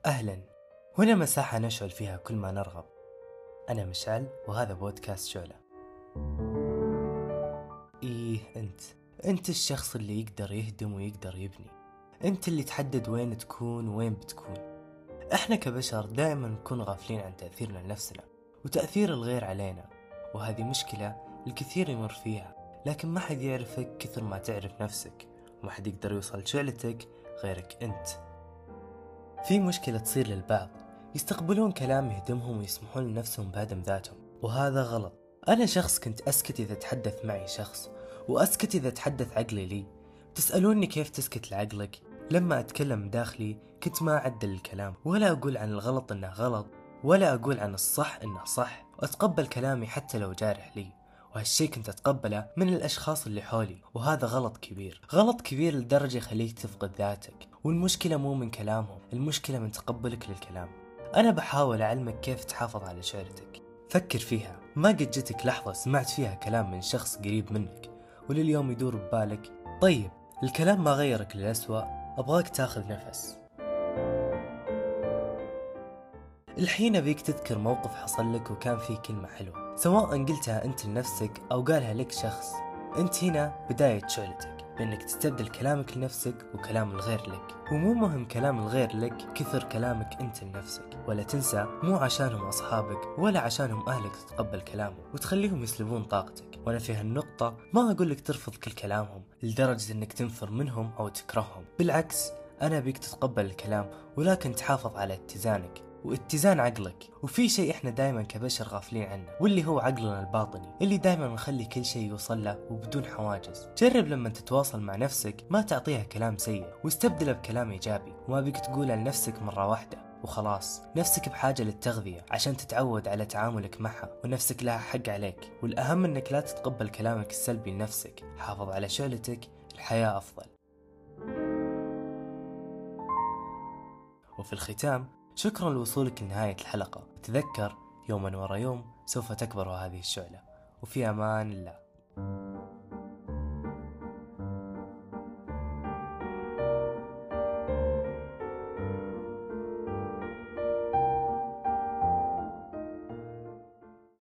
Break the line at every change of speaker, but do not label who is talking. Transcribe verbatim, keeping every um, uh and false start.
أهلا، هنا مساحة نشعل فيها كل ما نرغب. أنا مشعل وهذا بودكاست شعلة. إيه أنت أنت الشخص اللي يقدر يهدم ويقدر يبني. أنت اللي تحدد وين تكون وين بتكون. إحنا كبشر دائما نكون غافلين عن تأثيرنا لنفسنا وتأثير الغير علينا، وهذه مشكلة الكثير يمر فيها، لكن ما حد يعرفك كثر ما تعرف نفسك، وما حد يقدر يوصل شعلتك غيرك أنت. في مشكلة تصير للبعض، يستقبلون كلام يهدمهم ويسمحون لنفسهم بهدم ذاتهم، وهذا غلط. أنا شخص كنت أسكت إذا تحدث معي شخص، وأسكت إذا تحدث عقلي لي. تسألوني كيف تسكت لعقلك؟ لما أتكلم داخلي كنت ما أعدل الكلام، ولا أقول عن الغلط إنه غلط، ولا أقول عن الصح إنه صح، وأتقبل كلامي حتى لو جارح لي. وهالشي كنت أتقبله من الأشخاص اللي حولي، وهذا غلط كبير، غلط كبير لدرجة يخليك تفقد ذاتك. والمشكلة مو من كلامهم، المشكلة من تقبلك للكلام. أنا بحاول أعلمك كيف تحافظ على شعرتك. فكر فيها، ما قد جتك لحظة سمعت فيها كلام من شخص قريب منك ولليوم يدور ببالك طيب الكلام ما غيرك للأسوأ؟ أبغاك تاخذ نفس. الحين أبيك تذكر موقف حصل لك وكان فيه كلمة حلوة، سواء قلتها أنت لنفسك أو قالها لك شخص. أنت هنا بداية شعلتك، بأنك تستبدل كلامك لنفسك وكلام الغير لك. ومو مهم كلام الغير لك كثر كلامك أنت لنفسك. ولا تنسى، مو عشانهم أصحابك ولا عشانهم أهلك تتقبل كلامهم وتخليهم يسلبون طاقتك. وأنا في هالنقطة ما أقولك ترفض كل كلامهم لدرجة أنك تنفر منهم أو تكرههم، بالعكس أنا بيك تتقبل الكلام، ولكن تحافظ على اتزانك واتزان عقلك. وفي شيء احنا دائما كبشر غافلين عنه، واللي هو عقلنا الباطني اللي دائما نخلي كل شيء يوصل له وبدون حواجز. جرب لما تتواصل مع نفسك ما تعطيها كلام سيء، واستبدله بكلام ايجابي. وما بيك تقوله لنفسك مرة واحدة وخلاص. نفسك بحاجة للتغذية عشان تتعود على تعاملك معها، ونفسك لها حق عليك. والأهم انك لا تتقبل كلامك السلبي لنفسك. حافظ على شعلتك، الحياة أفضل. وفي الختام، شكرا لوصولك لنهاية الحلقة. تذكر، يوما ورا يوم سوف تكبر هذه الشعلة. وفي أمان الله.